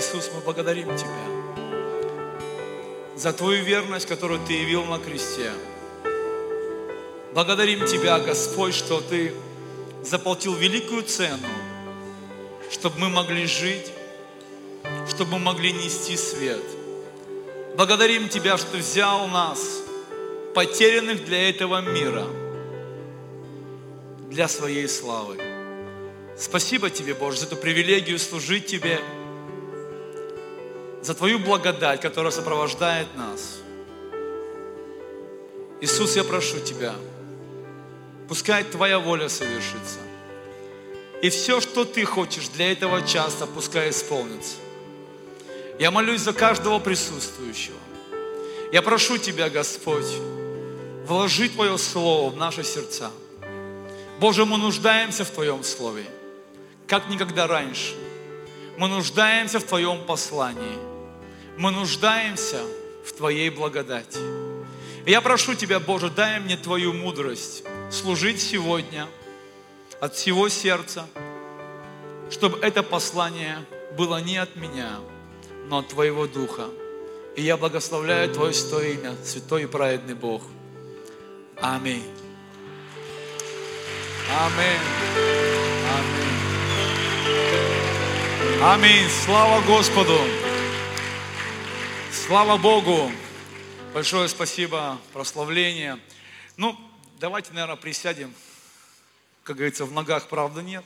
Иисус, мы благодарим Тебя за Твою верность, которую Ты явил на кресте. Благодарим Тебя, Господь, что Ты заплатил великую цену, чтобы мы могли жить, чтобы мы могли нести свет. Благодарим Тебя, что Ты взял нас, потерянных для этого мира, для Своей славы. Спасибо Тебе, Боже, за эту привилегию служить Тебе, за Твою благодать, которая сопровождает нас. Иисус, я прошу Тебя, пускай Твоя воля совершится. И все, что Ты хочешь для этого часа, пускай исполнится. Я молюсь за каждого присутствующего. Я прошу Тебя, Господь, вложи Твое Слово в наши сердца. Боже, мы нуждаемся в Твоем Слове, как никогда раньше. Мы нуждаемся в Твоем послании. Мы нуждаемся в Твоей благодати. И я прошу Тебя, Боже, дай мне Твою мудрость служить сегодня от всего сердца, чтобы это послание было не от меня, но от Твоего Духа. И я благословляю Твое святое имя, святой и праведный Бог. Аминь. Аминь. Аминь. Аминь. Слава Господу. Слава Богу. Большое спасибо, прославление. Давайте, наверное, присядем. Как говорится, в ногах правда нет.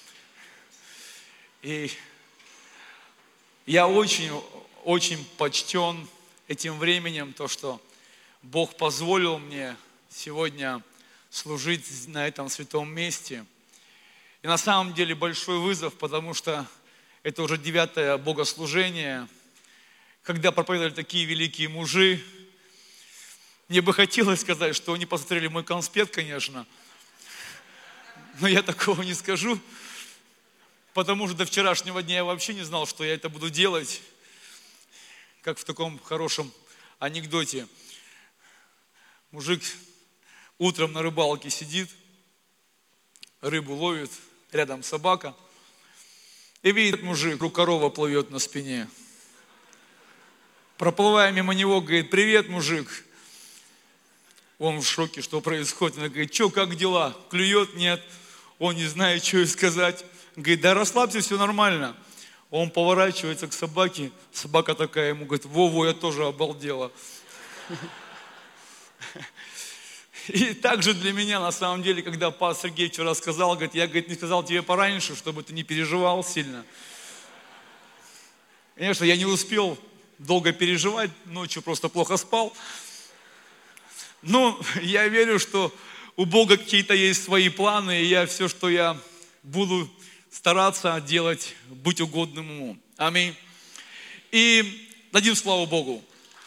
И я очень почтен этим временем, то, что Бог позволил мне сегодня служить на этом святом месте. И на самом деле большой вызов, потому что это уже 9-е богослужение, когда проповедовали такие великие мужи. Мне бы хотелось сказать, что они посмотрели мой конспект, конечно, но я такого не скажу, потому что до вчерашнего дня я вообще не знал, что я это буду делать, как в таком хорошем анекдоте. Мужик утром на рыбалке сидит, рыбу ловит, рядом собака, и видит мужик, корова плывет на спине. Проплывая мимо него, говорит: привет, мужик. Он в шоке, что происходит. Она говорит: что, как дела? Клюет? Нет. Он не знает, что ей сказать. Говорит: да расслабься, все нормально. Он поворачивается к собаке. Собака такая ему говорит: во, я тоже обалдела. И также для меня, на самом деле, когда пастор Сергей вчера сказал, говорит: я, не сказал тебе пораньше, чтобы ты не переживал сильно. Конечно, я не успел долго переживать, ночью просто плохо спал. Но я верю, что у Бога какие-то есть свои планы, и все, что я буду стараться делать, быть угодным Ему. Аминь. И дадим славу Богу.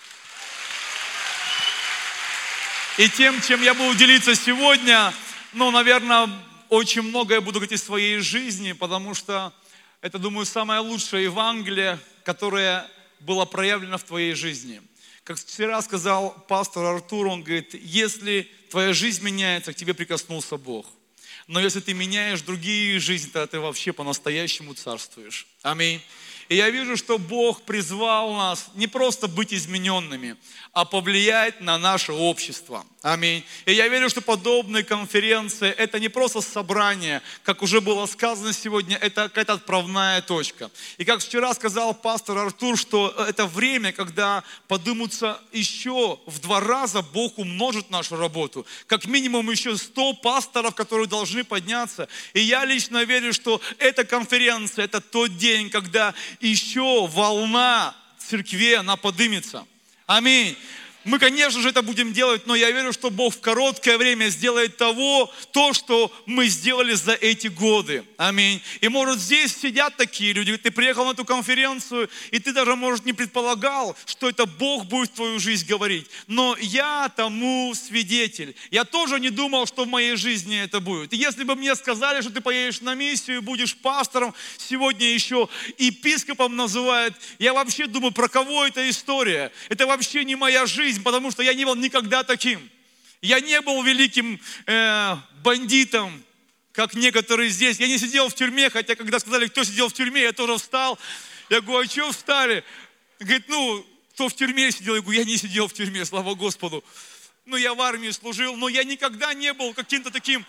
И тем, чем я буду делиться сегодня, наверное, очень многое буду говорить из своей жизни, потому что это, думаю, самое лучшее Евангелие, которое было проявлено в твоей жизни. Как вчера сказал пастор Артур, он говорит: если твоя жизнь меняется, к тебе прикоснулся Бог. Но если ты меняешь другие жизни, то ты вообще по-настоящему царствуешь. Аминь. И я вижу, что Бог призвал нас не просто быть измененными, а повлиять на наше общество. Аминь. И я верю, что подобные конференции – это не просто собрание, как уже было сказано сегодня, это какая-то отправная точка. И как вчера сказал пастор Артур, что это время, когда подымутся еще в 2 раза, Бог умножит нашу работу. Как минимум еще 100 пасторов, которые должны подняться. И я лично верю, что эта конференция – это тот день, когда еще волна церкви, она подымется. Аминь. Мы, конечно же, это будем делать, но я верю, что Бог в короткое время сделает то, что мы сделали за эти годы. Аминь. И может здесь сидят такие люди, ты приехал на эту конференцию, и ты даже, может, не предполагал, что это Бог будет в твою жизнь говорить. Но я тому свидетель. Я тоже не думал, что в моей жизни это будет. И если бы мне сказали, что ты поедешь на миссию, будешь пастором, сегодня еще епископом называют, я вообще думаю, про кого эта история? Это вообще не моя жизнь, потому что я не был никогда таким. Я не был великим бандитом, как некоторые здесь. Я не сидел в тюрьме, хотя когда сказали, кто сидел в тюрьме, я тоже встал. Я говорю, а что встали? Говорит, кто в тюрьме сидел? Я говорю, я не сидел в тюрьме, слава Господу. Я в армии служил, но я никогда не был каким-то таким...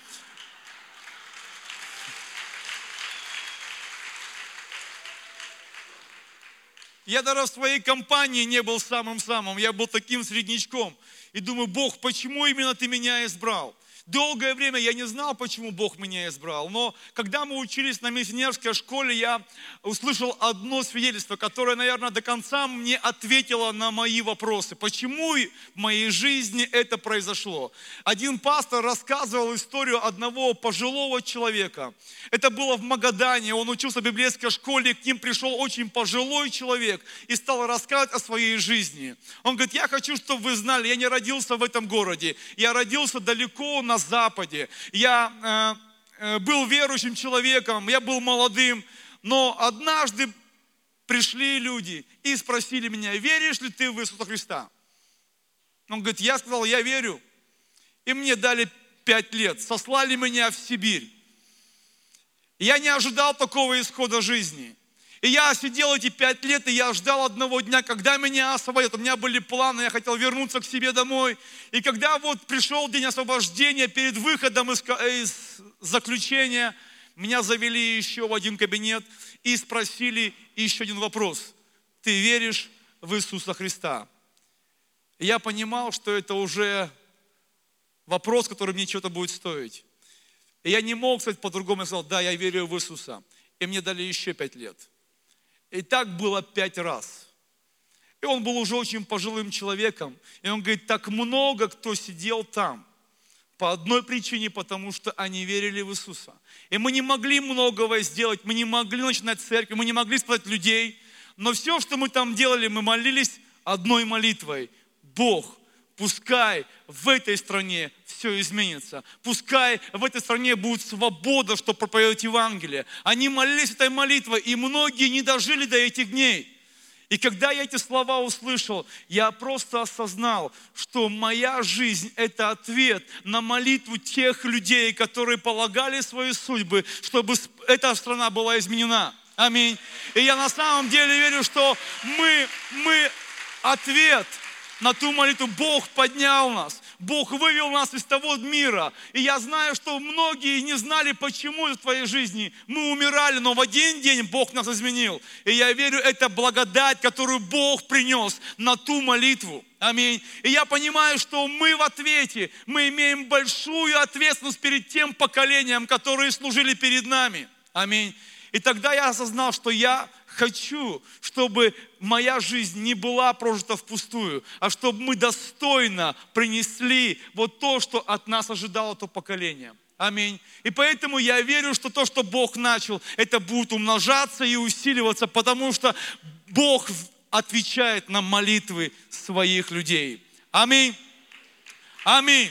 Я даже в своей компании не был самым-самым, я был таким среднячком. И думаю, Бог, почему именно Ты меня избрал? Долгое время я не знал, почему Бог меня избрал. Но когда мы учились на миссионерской школе, я услышал одно свидетельство, которое, наверное, до конца мне ответило на мои вопросы. Почему в моей жизни это произошло? Один пастор рассказывал историю одного пожилого человека. Это было в Магадане, он учился в библейской школе, к ним пришел очень пожилой человек и стал рассказывать о своей жизни. Он говорит, я хочу, чтобы вы знали, я не родился в этом городе, я родился далеко на Западе. Я был верующим человеком, я был молодым, но однажды пришли люди и спросили меня, веришь ли ты в Иисуса Христа? Он говорит, я сказал, я верю. И мне дали 5 лет, сослали меня в Сибирь. Я не ожидал такого исхода жизни. И я сидел эти 5 лет, и я ждал одного дня, когда меня освободят. У меня были планы, я хотел вернуться к себе домой. И когда вот пришел день освобождения, перед выходом из заключения, меня завели еще в один кабинет и спросили еще один вопрос. Ты веришь в Иисуса Христа? И я понимал, что это уже вопрос, который мне что-то будет стоить. И я не мог сказать по-другому. Я сказал, да, я верю в Иисуса. И мне дали еще 5 лет. И так было 5 раз. И он был уже очень пожилым человеком. И он говорит, так много кто сидел там. По одной причине, потому что они верили в Иисуса. И мы не могли многого сделать, мы не могли начинать церковь, мы не могли спасать людей. Но все, что мы там делали, мы молились одной молитвой. Бог, пускай в этой стране все изменится. Пускай в этой стране будет свобода, чтобы проповедовать Евангелие. Они молились этой молитвой, и многие не дожили до этих дней. И когда я эти слова услышал, я просто осознал, что моя жизнь – это ответ на молитву тех людей, которые полагали свои судьбы, чтобы эта страна была изменена. Аминь. И я на самом деле верю, что мы ответ на ту молитву. Бог поднял нас. Бог вывел нас из того мира. И я знаю, что многие не знали, почему в твоей жизни мы умирали, но в один день Бог нас изменил. И я верю, это благодать, которую Бог принес на ту молитву. Аминь. И я понимаю, что мы в ответе, мы имеем большую ответственность перед тем поколением, которые служили перед нами. Аминь. И тогда я осознал, что я хочу, чтобы моя жизнь не была прожита впустую, а чтобы мы достойно принесли вот то, что от нас ожидало то поколение. Аминь. И поэтому я верю, что то, что Бог начал, это будет умножаться и усиливаться, потому что Бог отвечает на молитвы своих людей. Аминь. Аминь.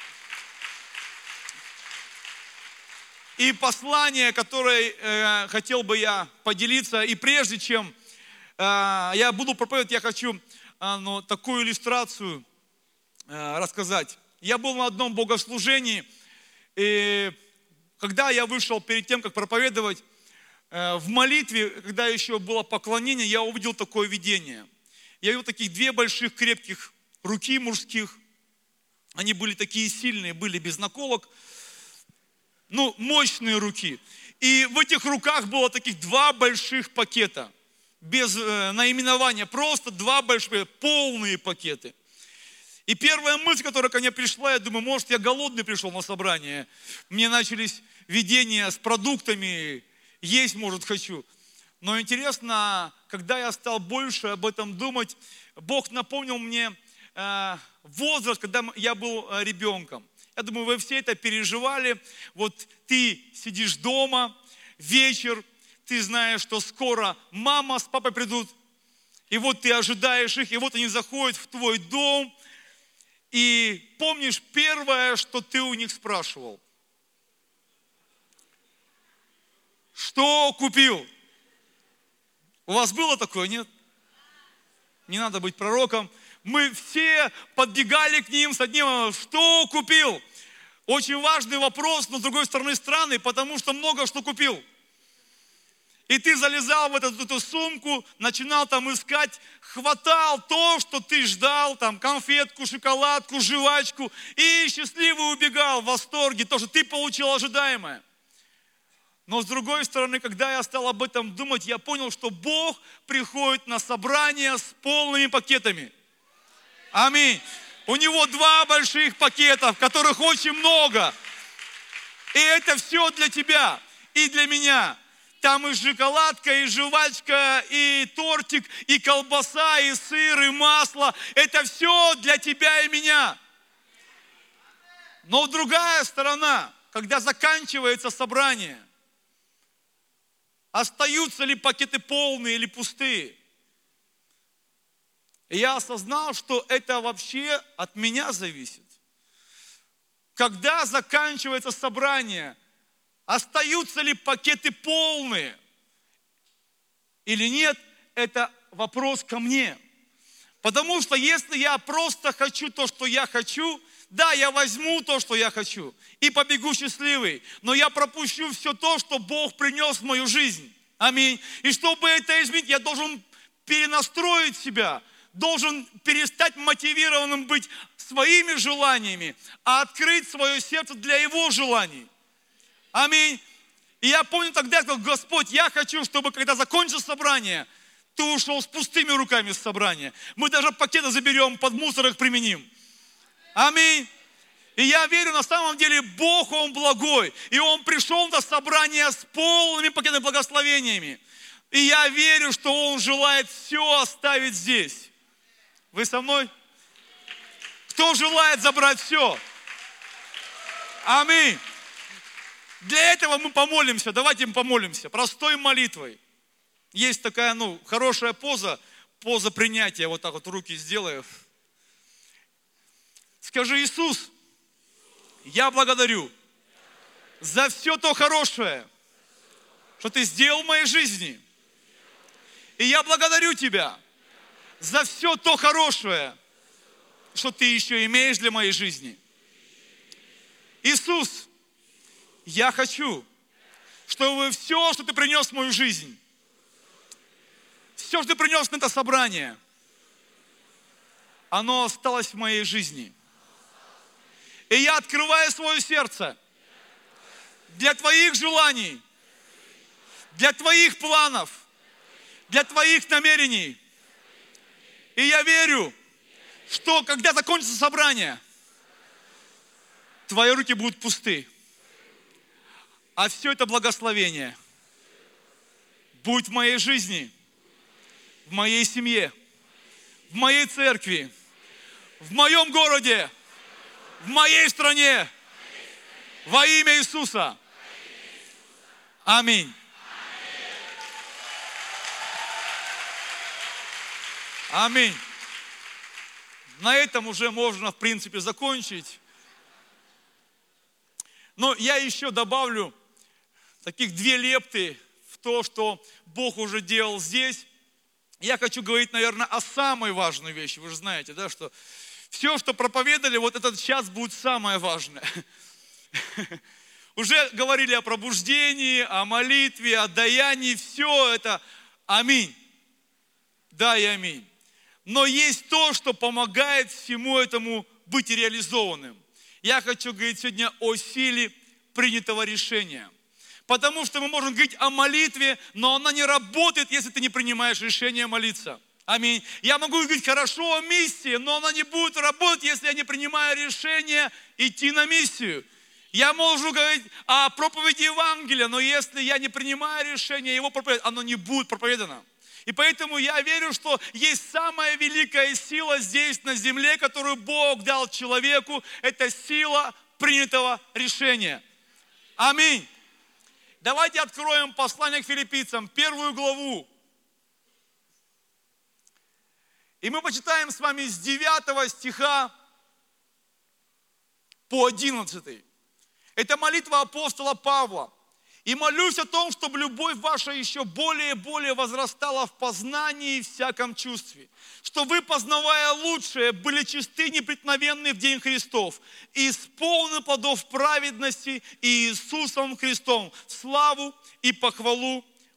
И послание, которое хотел бы я поделиться, и прежде чем я буду проповедовать, я хочу такую иллюстрацию рассказать. Я был на одном богослужении, и когда я вышел перед тем, как проповедовать, в молитве, когда еще было поклонение, я увидел такое видение. Я видел таких 2 больших крепких руки мужских, они были такие сильные, были без наколок, мощные руки. И в этих руках было таких 2 больших пакета, без наименования, просто 2 больших, полные пакеты. И первая мысль, которая ко мне пришла, я думаю, может, я голодный пришел на собрание. Мне начались видения с продуктами, есть, может, хочу. Но интересно, когда я стал больше об этом думать, Бог напомнил мне возраст, когда я был ребенком. Я думаю, вы все это переживали. Вот ты сидишь дома, вечер, ты знаешь, что скоро мама с папой придут. И вот ты ожидаешь их, и вот они заходят в твой дом. И помнишь первое, что ты у них спрашивал? Что купил? У вас было такое, нет? Не надо быть пророком. Мы все подбегали к ним с одним, что купил? Очень важный вопрос, но с другой стороны странный, потому что много что купил. И ты залезал в эту сумку, начинал там искать, хватал то, что ты ждал, там конфетку, шоколадку, жвачку, и счастливый убегал в восторге, то, что ты получил ожидаемое. Но с другой стороны, когда я стал об этом думать, я понял, что Бог приходит на собрание с полными пакетами. Аминь. У Него 2 больших пакета, в которых очень много. И это все для тебя и для меня. Там и шоколадка, и жвачка, и тортик, и колбаса, и сыр, и масло. Это все для тебя и меня. Но другая сторона, когда заканчивается собрание, остаются ли пакеты полные или пустые? И я осознал, что это вообще от меня зависит. Когда заканчивается собрание, остаются ли пакеты полные или нет, это вопрос ко мне. Потому что если я просто хочу то, что я хочу, да, я возьму то, что я хочу, и побегу счастливый, но я пропущу все то, что Бог принес в мою жизнь. Аминь. И чтобы это изменить, я должен перенастроить себя, должен перестать мотивированным быть своими желаниями, а открыть свое сердце для Его желаний. Аминь. И я понял тогда, что Господь, я хочу, чтобы когда закончится собрание, ты ушел с пустыми руками с собрания. Мы даже пакеты заберем, под мусор их применим. Аминь. И я верю, на самом деле Бог, Он благой. И Он пришел на собрание с полными пакетами благословениями. И я верю, что Он желает все оставить здесь. Вы со мной? Кто желает забрать все? Аминь. Для этого мы помолимся. Давайте мы помолимся. Простой молитвой. Есть такая, хорошая поза принятия. Вот так вот руки сделаю. Скажи: Иисус, я благодарю за все то хорошее, что Ты сделал в моей жизни. И я благодарю Тебя за все то хорошее, что Ты еще имеешь для моей жизни. Иисус, я хочу, чтобы все, что Ты принес в мою жизнь, все, что Ты принес на это собрание, оно осталось в моей жизни. И я открываю свое сердце для Твоих желаний, для Твоих планов, для Твоих намерений. И я верю, что когда закончится собрание, Твои руки будут пусты. А все это благословение будет в моей жизни, в моей семье, в моей церкви, в моем городе, в моей стране, во имя Иисуса. Аминь. Аминь. На этом уже можно, в принципе, закончить. Но я еще добавлю таких 2 лепты в то, что Бог уже делал здесь. Я хочу говорить, наверное, о самой важной вещи. Вы же знаете, да, что все, что проповедали, вот этот час будет самое важное. Уже говорили о пробуждении, о молитве, о даянии. Все это аминь. Да и аминь. Но есть то, что помогает всему этому быть реализованным. Я хочу говорить сегодня о силе принятого решения. Потому что мы можем говорить о молитве, но она не работает, если ты не принимаешь решение молиться. Аминь. Я могу говорить хорошо о миссии, но она не будет работать, если я не принимаю решение идти на миссию. Я могу говорить о проповеди Евангелия, но если я не принимаю решение его проповедовать, оно не будет проповедано. И поэтому я верю, что есть самая великая сила здесь на земле, которую Бог дал человеку. Это сила принятого решения. Аминь. Давайте откроем послание к Филиппийцам, 1 главу. И мы почитаем с вами с 9 стиха по 11. Это молитва апостола Павла. «И молюсь о том, чтобы любовь ваша еще более и более возрастала в познании и всяком чувстве, что вы, познавая лучшее, были чисты и непреткновенны в день Христов, и исполнены плодов праведности и Иисусом Христом в славу и похвалу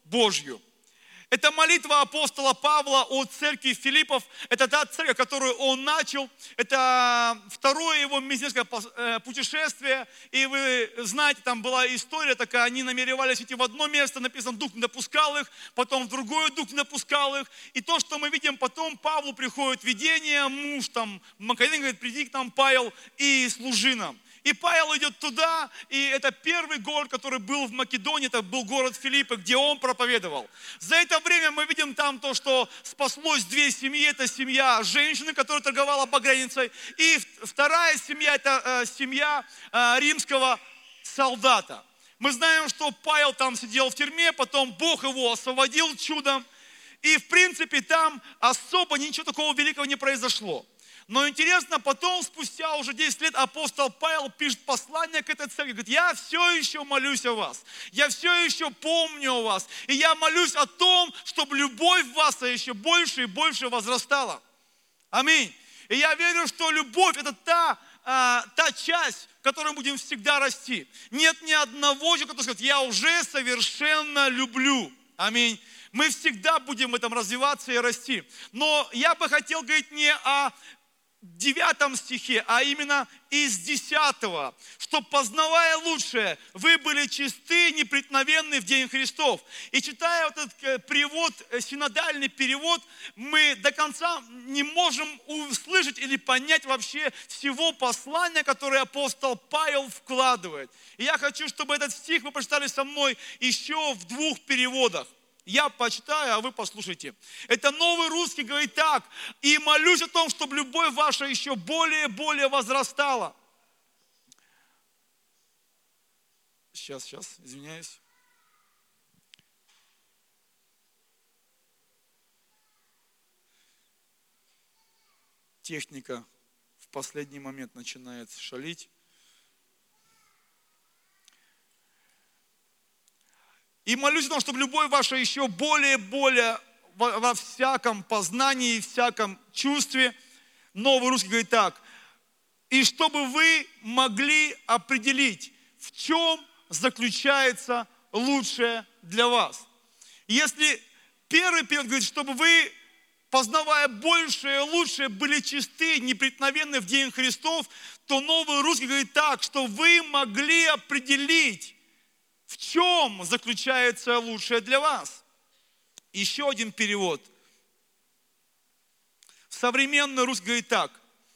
Божью. Это молитва апостола Павла о церкви Филиппов. Это та церковь, которую он начал. Это второе его миссионерское путешествие. И вы знаете, там была история такая. Они намеревались идти в одно место. Написано, Дух не допускал их. Потом в другое Дух не допускал их. И то, что мы видим потом, Павлу приходит видение. Муж там, Макарин говорит, приди к нам, Павел, и служи нам. И Павел идет туда, и это первый город, который был в Македонии, это был город Филиппы, где он проповедовал. За это время мы видим там то, что спаслось две семьи. Это семья женщины, которая торговала багряницей, и вторая семья, это семья римского солдата. Мы знаем, что Павел там сидел в тюрьме, потом Бог его освободил чудом, и в принципе там особо ничего такого великого не произошло. Но интересно, потом, спустя уже 10 лет, апостол Павел пишет послание к этой церкви. Говорит, я все еще молюсь о вас. Я все еще помню о вас. И я молюсь о том, чтобы любовь в вас еще больше и больше возрастала. Аминь. И я верю, что любовь – это та часть, в которой мы будем всегда расти. Нет ни одного человека, который скажет, я уже совершенно люблю. Аминь. Мы всегда будем в этом развиваться и расти. Но я бы хотел говорить не о 9 стихе, а именно из 10, что познавая лучшее, вы были чисты, непреткновенны в день Христов. И читая вот этот перевод, синодальный перевод, мы до конца не можем услышать или понять вообще всего послания, которое апостол Павел вкладывает. И я хочу, чтобы этот стих вы прочитали со мной еще в 2 переводах. Я почитаю, а вы послушайте. Это Новый Русский говорит так. И молюсь о том, чтобы любовь ваша еще более и более возрастала. Сейчас, извиняюсь. Техника в последний момент начинает шалить. И молюсь о том, чтобы любовь ваша еще более и более во всяком познании, всяком чувстве. Новый Русский говорит так. И чтобы вы могли определить, в чем заключается лучшее для вас. Если первый период говорит, чтобы вы, познавая большее и лучшее, были чисты, непреткновенны в день Христов, то Новый Русский говорит так, что вы могли определить, в чем заключается лучшее для вас. Еще один перевод. Современный русский говорит так.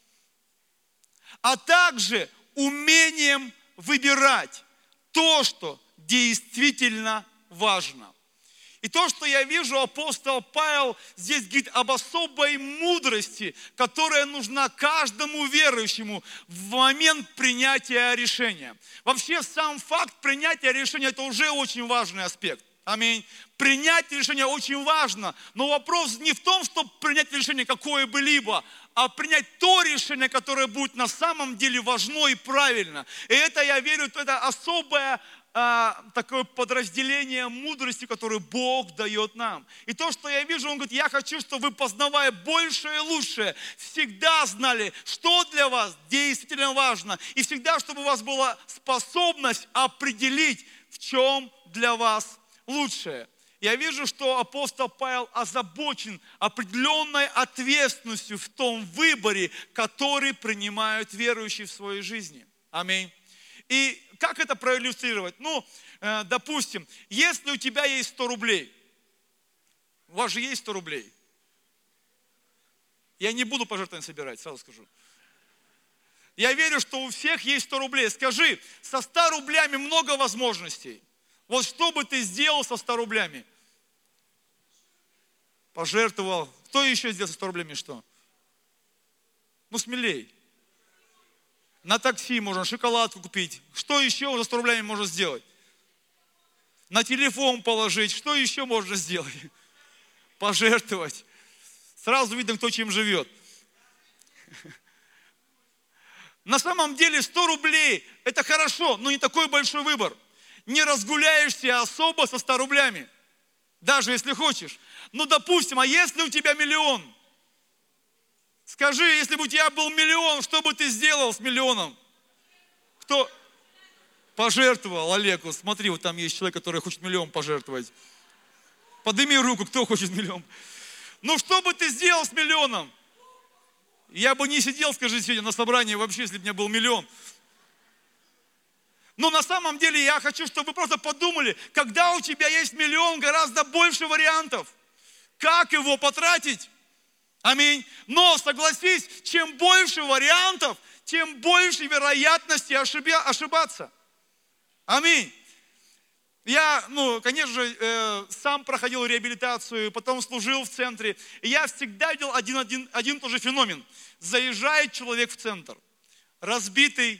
А также умением выбирать то, что действительно важно. И то, что я вижу, апостол Павел здесь говорит об особой мудрости, которая нужна каждому верующему в момент принятия решения. Вообще сам факт принятия решения – это уже очень важный аспект. Аминь. Принять решение очень важно, но вопрос не в том, чтобы принять решение какое бы либо, а принять то решение, которое будет на самом деле важно и правильно. И это, я верю, это особое такое подразделение мудрости, которую Бог дает нам. И то, что я вижу, Он говорит, я хочу, чтобы вы, познавая большее и лучшее, всегда знали, что для вас действительно важно. И всегда, чтобы у вас была способность определить, в чем для вас лучшее. Я вижу, что апостол Павел озабочен определенной ответственностью в том выборе, который принимают верующие в своей жизни. Аминь. И как это проиллюстрировать? Допустим, если у тебя есть 100 рублей, у вас же есть 100 рублей. Я не буду пожертвования собирать, сразу скажу. Я верю, что у всех есть 100 рублей. Скажи, со 100 рублями много возможностей. Вот что бы ты сделал со 100 рублями? Пожертвовал. Кто еще сделал со 100 рублями что? Смелей. На такси можно шоколадку купить. Что еще за 100 рублями можно сделать? На телефон положить. Что еще можно сделать? Пожертвовать. Сразу видно, кто чем живет. На самом деле 100 рублей это хорошо, но не такой большой выбор. Не разгуляешься особо со 100 рублями. Даже если хочешь. Допустим, а если у тебя 1 000 000? Скажи, если бы у тебя был 1 000 000, что бы ты сделал с 1 000 000? Кто пожертвовал? Олегу, смотри, вот там есть человек, который хочет 1 000 000 пожертвовать. Подними руку, кто хочет миллион. Ну что бы ты сделал с миллионом? Я бы не сидел, скажи, сегодня на собрании вообще, если бы у меня был миллион. Но на самом деле я хочу, чтобы вы просто подумали, когда у тебя есть миллион, гораздо больше вариантов, как его потратить. Аминь. Но согласись, чем больше вариантов, тем больше вероятности ошибаться. Аминь. Я, конечно же, сам проходил реабилитацию, потом служил в центре. И я всегда видел один и тот же феномен. Заезжает человек в центр, разбитый,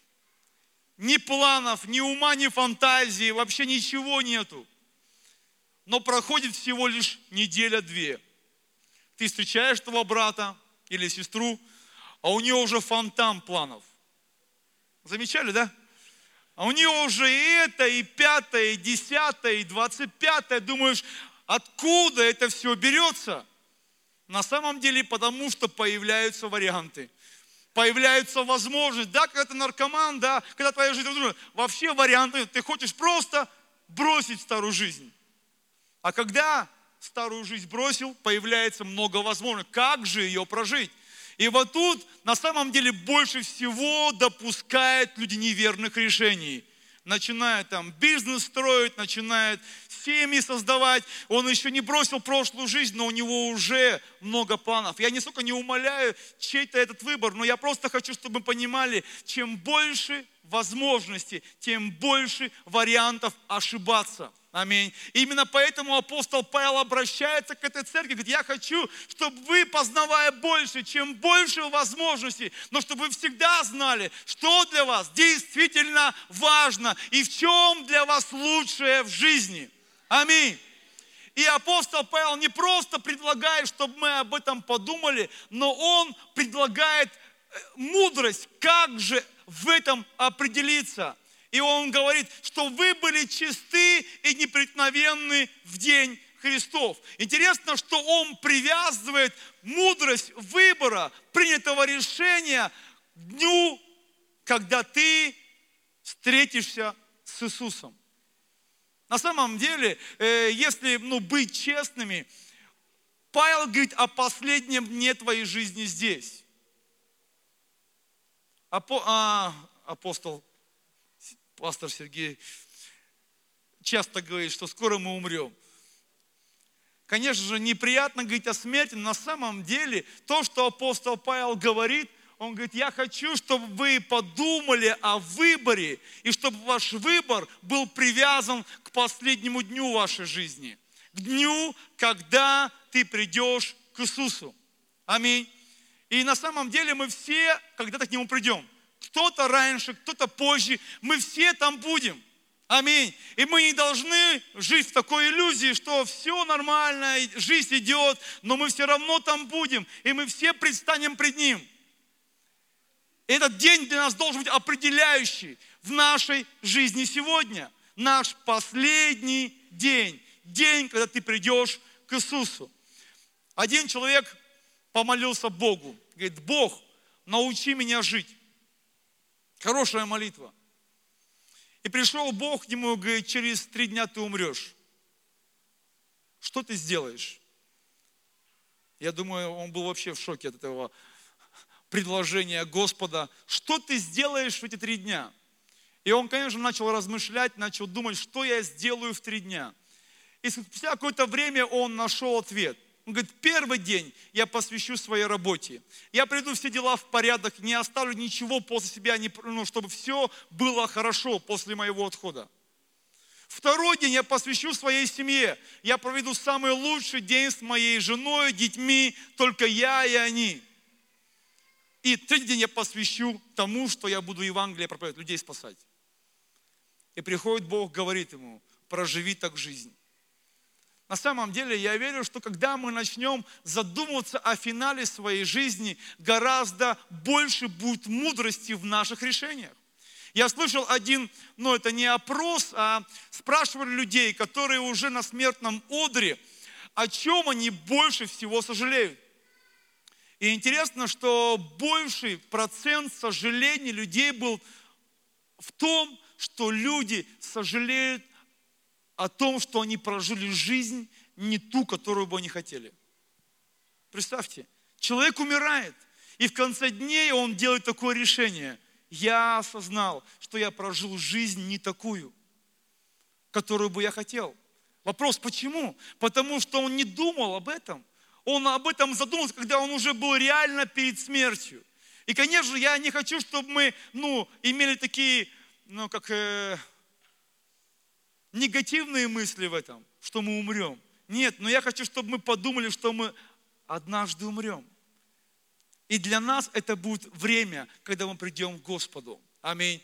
ни планов, ни ума, ни фантазии, вообще ничего нету. Но проходит всего лишь неделя-две. Ты встречаешь того брата или сестру, а у нее уже фонтан планов. Замечали, да? А у нее уже и это, и 5-е, и 10-е, и 25-е. Думаешь, откуда это все берется? На самом деле, потому что появляются варианты. Появляются возможности. Да, когда ты наркоман, да, когда твоя жизнь трудна, вообще варианты. Ты хочешь просто бросить старую жизнь. А когда старую жизнь бросил, появляется много возможностей. Как же ее прожить? И вот тут на самом деле больше всего допускают люди неверных решений. Начинают там бизнес строить, начинают семьи создавать. Он еще не бросил прошлую жизнь, но у него уже много планов. Я нисколько не умаляю чей-то этот выбор, но я просто хочу, чтобы мы понимали, чем больше возможностей, тем больше вариантов ошибаться. Аминь. Именно поэтому апостол Павел обращается к этой церкви, говорит, я хочу, чтобы вы, познавая больше, чем больше возможностей, но чтобы вы всегда знали, что для вас действительно важно и в чем для вас лучшее в жизни. Аминь. И апостол Павел не просто предлагает, чтобы мы об этом подумали, но он предлагает мудрость, как же в этом определиться. И он говорит, что вы были чисты и непреткновенны в день Христов. Интересно, что он привязывает мудрость выбора, принятого решения к дню, когда ты встретишься с Иисусом. На самом деле, если быть честными, Павел говорит о последнем дне твоей жизни здесь. Апостол пастор Сергей часто говорит, что скоро мы умрем. Конечно же, неприятно говорить о смерти, но на самом деле то, что апостол Павел говорит, он говорит, я хочу, чтобы вы подумали о выборе, и чтобы ваш выбор был привязан к последнему дню вашей жизни, к дню, когда ты придешь к Иисусу. Аминь. И на самом деле мы все когда-то к Нему придем. Кто-то раньше, кто-то позже, мы все там будем. Аминь. И мы не должны жить в такой иллюзии, что все нормально, жизнь идет, но мы все равно там будем, и мы все предстанем пред Ним. И этот день для нас должен быть определяющий в нашей жизни сегодня. Наш последний день. День, когда ты придешь к Иисусу. Один человек помолился Богу. Говорит, Бог, научи меня жить. Хорошая молитва. И пришел Бог к нему и говорит, через 3 дня ты умрешь. Что ты сделаешь? Я думаю, он был вообще в шоке от этого предложения Господа. Что ты сделаешь в эти 3 дня? И он, конечно, начал размышлять, начал думать, что я сделаю в 3 дня. И спустя какое-то время он нашел ответ. Он говорит, 1-й день я посвящу своей работе. Я приведу все дела в порядок, не оставлю ничего после себя, чтобы все было хорошо после моего отхода. 2-й день я посвящу своей семье. Я проведу самый лучший день с моей женой, детьми, только я и они. И 3-й день я посвящу тому, что я буду Евангелие проповедовать, людей спасать. И приходит Бог, говорит ему, проживи так жизнь. На самом деле, я верю, что когда мы начнем задумываться о финале своей жизни, гораздо больше будет мудрости в наших решениях. Я слышал это не опрос, а спрашивали людей, которые уже на смертном одре, о чем они больше всего сожалеют. И интересно, что больший процент сожалений людей был в том, что люди сожалеют о том, что они прожили жизнь не ту, которую бы они хотели. Представьте, человек умирает, и в конце дней он делает такое решение. Я осознал, что я прожил жизнь не такую, которую бы я хотел. Вопрос, почему? Потому что он не думал об этом. Он об этом задумался, когда он уже был реально перед смертью. И, конечно, я не хочу, чтобы мы, имели такие, негативные мысли в этом, что мы умрем. Нет, но я хочу, чтобы мы подумали, что мы однажды умрем. И для нас это будет время, когда мы придем к Господу. Аминь.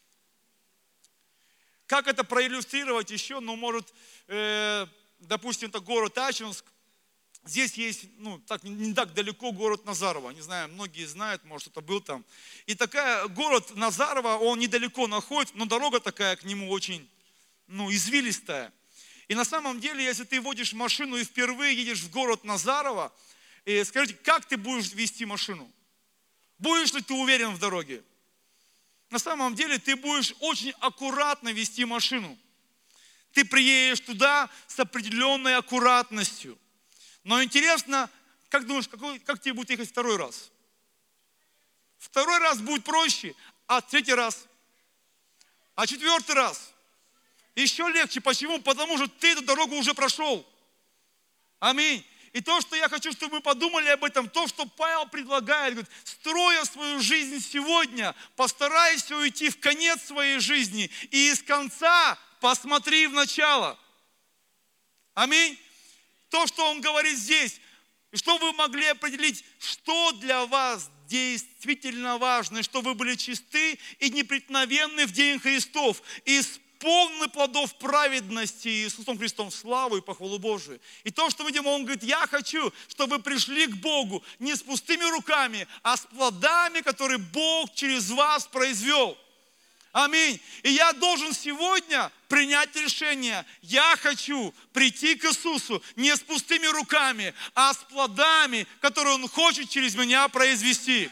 Как это проиллюстрировать еще? Может, допустим, это город Ачинск. Здесь есть, не так далеко город Назарово. Не знаю, многие знают, может, кто-то был там. И город Назарово, он недалеко находится, но дорога такая к нему очень, извилистая. И на самом деле, если ты водишь машину и впервые едешь в город Назарово, скажите, как ты будешь вести машину? Будешь ли ты уверен в дороге? На самом деле, ты будешь очень аккуратно вести машину. Ты приедешь туда с определенной аккуратностью. Но интересно, как думаешь, как тебе будет ехать второй раз? Второй раз будет проще, а третий раз? А четвертый раз? Еще легче. Почему? Потому что ты эту дорогу уже прошел. Аминь. И то, что я хочу, чтобы мы подумали об этом, то, что Павел предлагает, говорит, строя свою жизнь сегодня, постарайся уйти в конец своей жизни и из конца посмотри в начало. Аминь. То, что он говорит здесь, чтобы вы могли определить, что для вас действительно важно, чтобы вы были чисты и непреткновенны в день Христов, и исполнены плодов праведности Иисусом Христом в славу и похвалу Божию. И то, что мы видим, он говорит, я хочу, чтобы вы пришли к Богу не с пустыми руками, а с плодами, которые Бог через вас произвел. Аминь. И я должен сегодня принять решение. Я хочу прийти к Иисусу не с пустыми руками, а с плодами, которые Он хочет через меня произвести.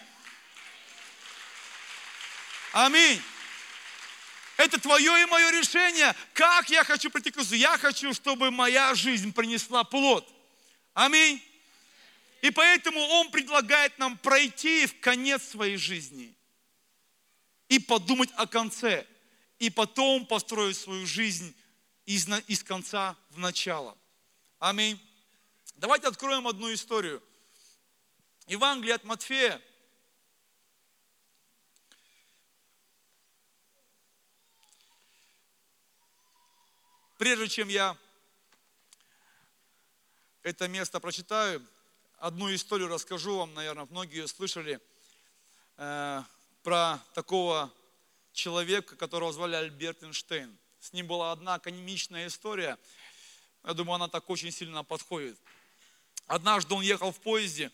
Аминь. Это твое и мое решение. Как я хочу прийти к Иисусу? Я хочу, чтобы моя жизнь принесла плод. Аминь. И поэтому Он предлагает нам пройти в конец своей жизни. И подумать о конце. И потом построить свою жизнь из конца в начало. Аминь. Давайте откроем одну историю. Евангелие от Матфея. Прежде чем я это место прочитаю, одну историю расскажу вам, наверное, многие ее слышали, про такого человека, которого звали Альберт Эйнштейн. С ним была одна комичная история, я думаю, она так очень сильно подходит. Однажды он ехал в поезде,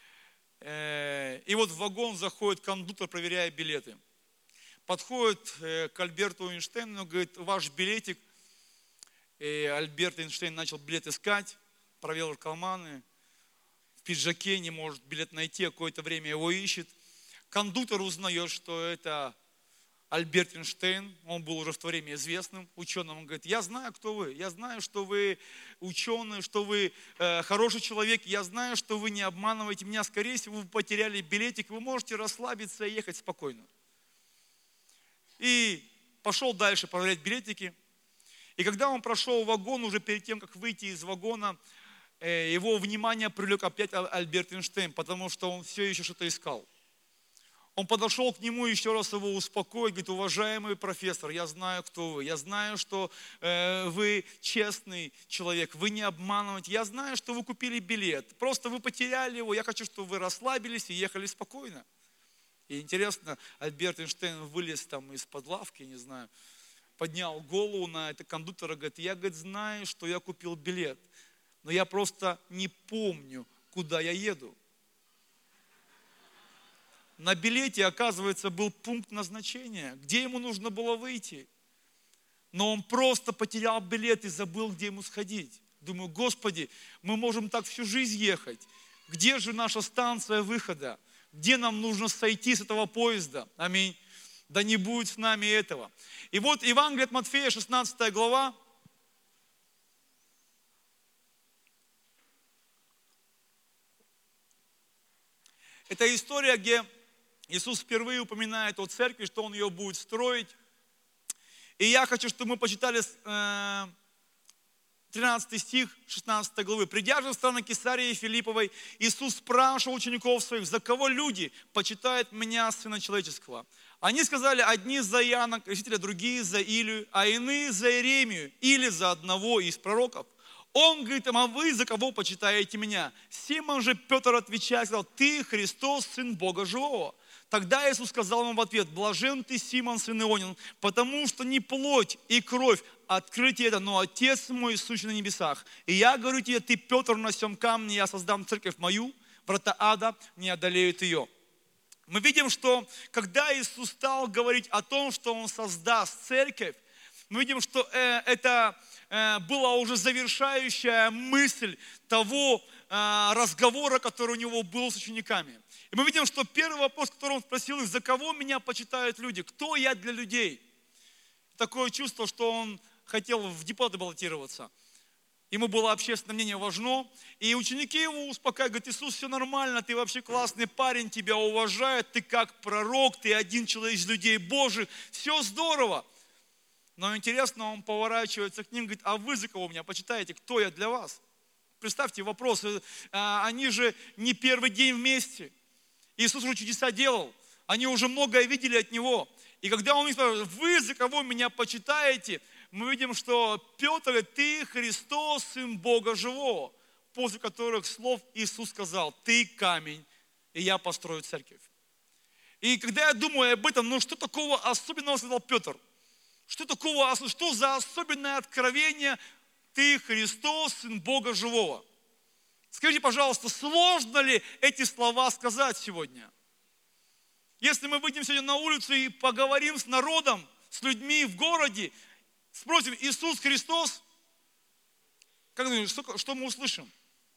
и вот в вагон заходит кондуктор, проверяя билеты. Подходит к Альберту Эйнштейну, говорит, ваш билетик. И Альберт Эйнштейн начал билет искать, проверил карманы, в пиджаке не может билет найти, какое-то время его ищет. Кондуктор узнает, что это Альберт Эйнштейн, он был уже в то время известным ученым. Он говорит, я знаю, кто вы, я знаю, что вы ученый, что вы хороший человек, я знаю, что вы не обманываете меня, скорее всего, вы потеряли билетик, вы можете расслабиться и ехать спокойно. И пошел дальше проверять билетики. И когда он прошел вагон, уже перед тем, как выйти из вагона, его внимание привлек опять Альберт Эйнштейн, потому что он все еще что-то искал. Он подошел к нему, еще раз его успокоил, говорит, уважаемый профессор, я знаю, кто вы, я знаю, что вы честный человек, вы не обманываете, я знаю, что вы купили билет, просто вы потеряли его, я хочу, чтобы вы расслабились и ехали спокойно. И интересно, Альберт Эйнштейн вылез там из-под лавки, не знаю, поднял голову на это кондуктора, говорит, я, говорит, знаю, что я купил билет, но я просто не помню, куда я еду. На билете, оказывается, был пункт назначения, где ему нужно было выйти. Но он просто потерял билет и забыл, где ему сходить. Думаю, Господи, мы можем так всю жизнь ехать. Где же наша станция выхода? Где нам нужно сойти с этого поезда? Аминь. Да не будет с нами этого. И вот Евангелие от Матфея, 16 глава, Это история, где Иисус впервые упоминает о церкви, что Он ее будет строить. И я хочу, чтобы мы почитали 13 стих 16 главы. «Придя же в страну Кесарии Филипповой, Иисус спрашивал учеников своих, за кого люди почитают меня, Сына Человеческого? Они сказали, одни за Иоанна Крестителя, другие за Илию, а иные за Иеремию или за одного из пророков. Он говорит им, а вы за кого почитаете меня? Симон же Петр отвечает, сказал, ты Христос, Сын Бога Живого. Тогда Иисус сказал ему в ответ, блажен ты, Симон, сын Ионин, потому что не плоть и кровь открытие это, но Отец мой, сущий на небесах. И я говорю тебе, ты, Петр, на сем камне, я создам церковь мою, врата ада не одолеют ее». Мы видим, что когда Иисус стал говорить о том, что Он создаст церковь, мы видим, что это была уже завершающая мысль того разговора, который у Него был с учениками. И мы видим, что первый вопрос, который Он спросил их, за кого меня почитают люди? Кто я для людей? Такое чувство, что Он хотел в депутаты баллотироваться. Ему было общественное мнение важно. И ученики его успокаивают, говорят, Иисус, все нормально, ты вообще классный парень, тебя уважают, ты как пророк, ты один человек из людей Божьих, все здорово. Но интересно, Он поворачивается к ним, говорит, а вы за кого меня почитаете, кто я для вас? Представьте вопрос, они же не первый день вместе. Иисус уже чудеса делал, они уже многое видели от Него. И когда Он им спрашивает, вы за кого меня почитаете, мы видим, что Петр говорит, ты Христос, Сын Бога Живого, после которых слов Иисус сказал, ты камень, и я построю церковь. И когда я думаю об этом, ну что такого особенного сказал Петр? Что за особенное откровение, ты Христос, Сын Бога Живого? Скажите, пожалуйста, сложно ли эти слова сказать сегодня? Если мы выйдем сегодня на улицу и поговорим с народом, с людьми в городе, спросим, Иисус Христос, как думаешь, что мы услышим?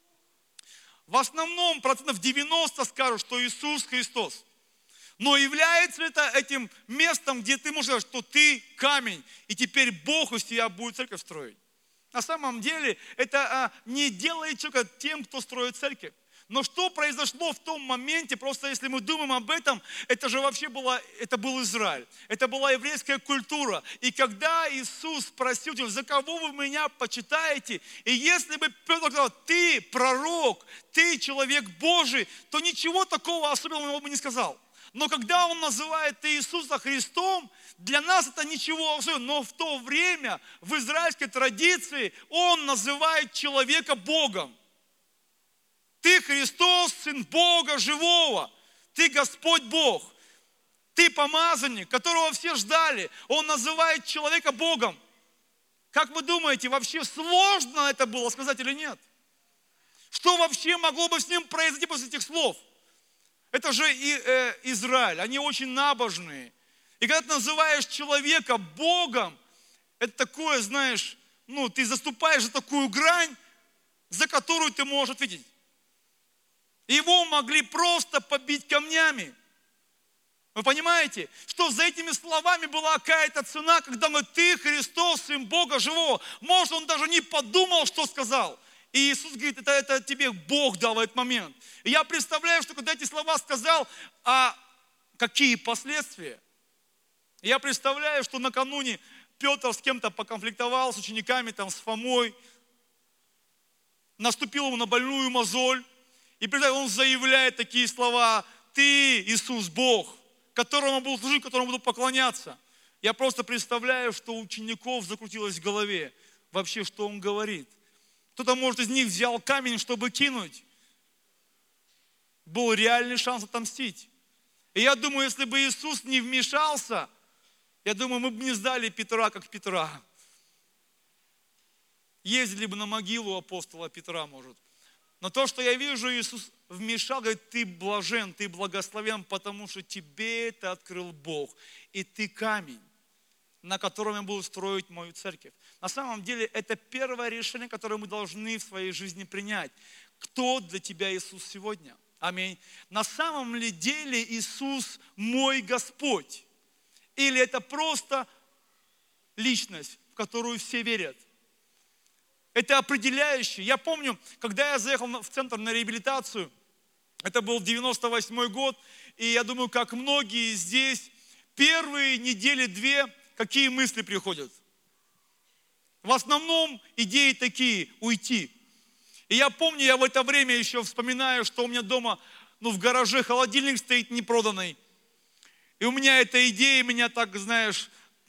В основном 90% скажут, что Иисус Христос. Но является ли это этим местом, где ты можешь сказать, что ты камень, и теперь Бог из тебя будет церковь строить? На самом деле, это не делает человека тем, кто строит церковь. Но что произошло в том моменте, просто если мы думаем об этом, это же вообще был Израиль, это была еврейская культура. И когда Иисус спросил, за кого вы меня почитаете, и если бы Петр сказал, ты пророк, ты человек Божий, то ничего такого особенного он бы не сказал. Но когда он называет Иисуса Христом, для нас это ничего особенного. Но в то время в израильской традиции он называет человека Богом. Ты Христос, Сын Бога Живого. Ты Господь Бог. Ты помазанник, которого все ждали. Он называет человека Богом. Как вы думаете, вообще сложно это было сказать или нет? Что вообще могло бы с ним произойти после этих слов? Это же Израиль, они очень набожные. И когда ты называешь человека Богом, это такое, знаешь, ты заступаешь за такую грань, за которую ты можешь ответить. Его могли просто побить камнями. Вы понимаете, что за этими словами была какая-то цена, когда ты Христос, Сын Бога Живого. Может, он даже не подумал, что сказал. И Иисус говорит, это тебе Бог дал в этот момент. И я представляю, что когда эти слова сказал, а какие последствия? Я представляю, что накануне Петр с кем-то поконфликтовал, с учениками, с Фомой, наступил ему на больную мозоль, и он заявляет такие слова, ты, Иисус, Бог, которому буду служить, которому буду поклоняться. Я просто представляю, что у учеников закрутилось в голове вообще, что он говорит. Кто-то, может, из них взял камень, чтобы кинуть. Был реальный шанс отомстить. И я думаю, если бы Иисус не вмешался, я думаю, мы бы не сдали Петра, как Петра. Ездили бы на могилу апостола Петра, может. Но то, что я вижу, Иисус вмешал, говорит, ты блажен, ты благословен, потому что тебе это открыл Бог. И ты камень, на котором я буду строить мою церковь. На самом деле, это первое решение, которое мы должны в своей жизни принять. Кто для тебя Иисус сегодня? Аминь. На самом ли деле Иисус мой Господь? Или это просто личность, в которую все верят? Это определяющее. Я помню, когда я заехал в центр на реабилитацию, Это был 98 год, и я думаю, как многие здесь, первые недели две, какие мысли приходят? В основном идеи такие: уйти. И я помню, я в это время еще вспоминаю, что у меня дома, в гараже холодильник стоит непроданный. И у меня эта идея меня так, знаешь,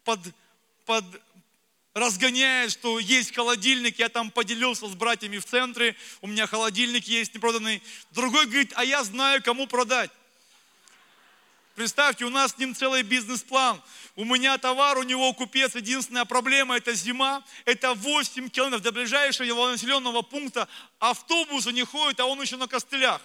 разгоняет, что есть холодильник, я там поделился с братьями в центре, у меня холодильник есть непроданный. Другой говорит: а я знаю, кому продать. Представьте, у нас с ним целый бизнес-план. У меня товар, у него купец. Единственная проблема – это зима. Это 8 километров до ближайшего населенного пункта. Автобусы не ходят, а он еще на костылях.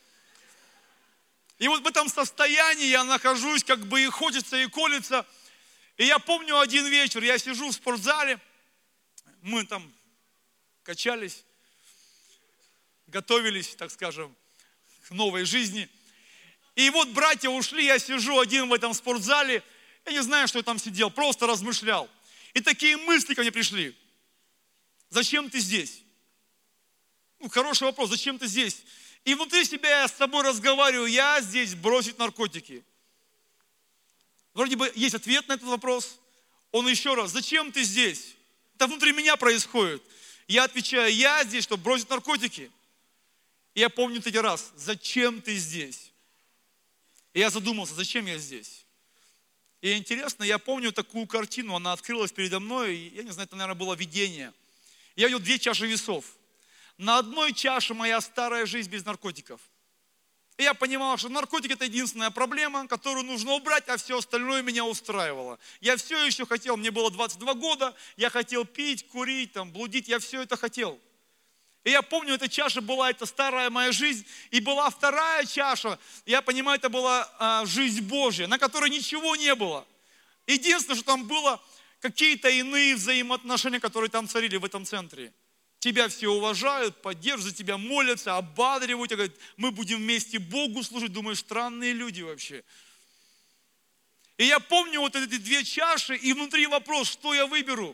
И вот в этом состоянии я нахожусь, как бы и хочется, и колется. И я помню один вечер, я сижу в спортзале, мы там качались, готовились, так скажем, к новой жизни. И вот братья ушли, я сижу один в этом спортзале, я не знаю, что я там сидел, просто размышлял. И такие мысли ко мне пришли. Зачем ты здесь? Хороший вопрос, зачем ты здесь? И внутри себя я с собой разговариваю, я здесь бросить наркотики. Вроде бы есть ответ на этот вопрос. Он еще раз: зачем ты здесь? Это внутри меня происходит. Я отвечаю: я здесь, чтобы бросить наркотики. И я помню третий раз: зачем ты здесь? И я задумался, зачем я здесь? И интересно, я помню такую картину, она открылась передо мной, и, я не знаю, это, наверное, было видение. Я видел 2 чаши весов. На одной чаше моя старая жизнь без наркотиков. И я понимал, что наркотик – это единственная проблема, которую нужно убрать, а все остальное меня устраивало. Я все еще хотел, мне было 22 года, я хотел пить, курить, блудить, я все это хотел. И я помню, эта чаша была, это старая моя жизнь, и была вторая чаша, я понимаю, это была жизнь Божья, на которой ничего не было. Единственное, что там было, какие-то иные взаимоотношения, которые там царили в этом центре. Тебя все уважают, поддерживают, за тебя молятся, ободривают, говорят: мы будем вместе Богу служить. Думаешь, странные люди вообще. И я помню вот эти 2 чаши, и внутри вопрос: что я выберу?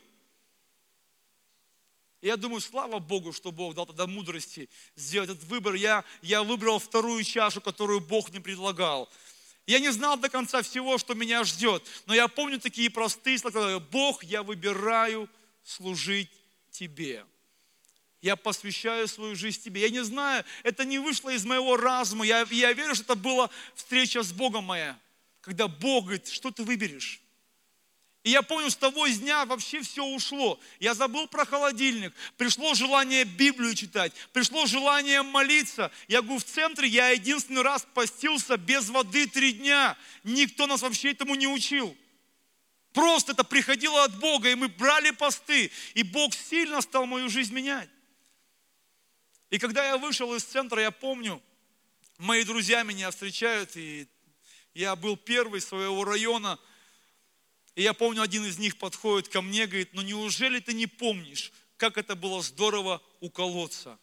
И я думаю, слава Богу, что Бог дал тогда мудрости сделать этот выбор. Я выбрал вторую чашу, которую Бог мне предлагал. Я не знал до конца всего, что меня ждет, но я помню такие простые слова: Бог, я выбираю служить Тебе. Я посвящаю свою жизнь Тебе. Я не знаю, это не вышло из моего разума. Я верю, что это была встреча с Богом моя, когда Бог говорит: что ты выберешь? И я помню, с того дня вообще все ушло. Я забыл про холодильник. Пришло желание Библию читать. Пришло желание молиться. Я говорю, в центре я единственный раз постился без воды 3 дня. Никто нас вообще этому не учил. Просто это приходило от Бога, и мы брали посты. И Бог сильно стал мою жизнь менять. И когда я вышел из центра, я помню, мои друзья меня встречают, и я был первый своего района. И я помню, один из них подходит ко мне, говорит: ну неужели ты не помнишь, как это было здорово уколоться?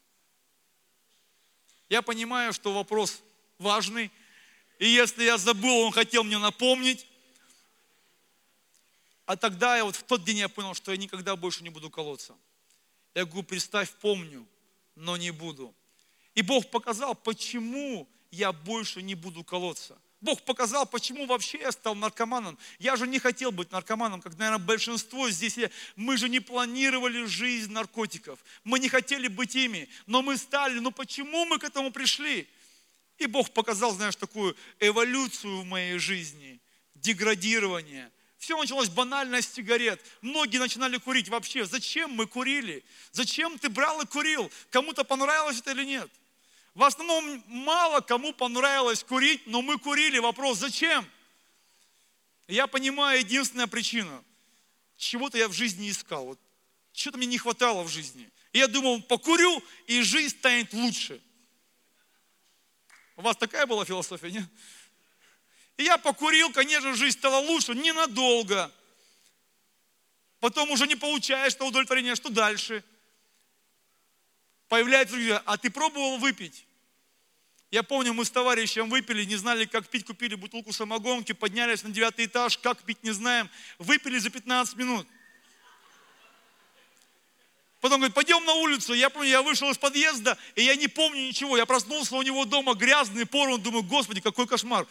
Я понимаю, что вопрос важный, и если я забыл, он хотел мне напомнить. А тогда в тот день я понял, что я никогда больше не буду колоться. Я говорю: представь, помню, но не буду. И Бог показал, почему я больше не буду колоться. Бог показал, почему вообще я стал наркоманом. Я же не хотел быть наркоманом, как, наверное, большинство здесь. Мы же не планировали жизнь наркотиков. Мы не хотели быть ими, но мы стали. Но почему мы к этому пришли? И Бог показал, знаешь, такую эволюцию в моей жизни, деградирование. Все началось банально с сигарет. Многие начинали курить вообще. Зачем мы курили? Зачем ты брал и курил? Кому-то понравилось это или нет? В основном мало кому понравилось курить, но мы курили. Вопрос: зачем? Я понимаю, единственная причина. Чего-то я в жизни искал. Чего-то мне не хватало в жизни. И я думал, покурю, и жизнь станет лучше. У вас такая была философия, нет? И я покурил, конечно, жизнь стала лучше, ненадолго. Потом уже не получаешь того удовлетворения, что дальше? Появляется друзья: а ты пробовал выпить? Я помню, мы с товарищем выпили, не знали, как пить, купили бутылку самогонки, поднялись на 9-й этаж, как пить не знаем, выпили за 15 минут. Потом говорит, пойдем на улицу. Я помню, я вышел из подъезда, и я не помню ничего. Я проснулся у него дома грязный, порван. Думаю, Господи, какой кошмар.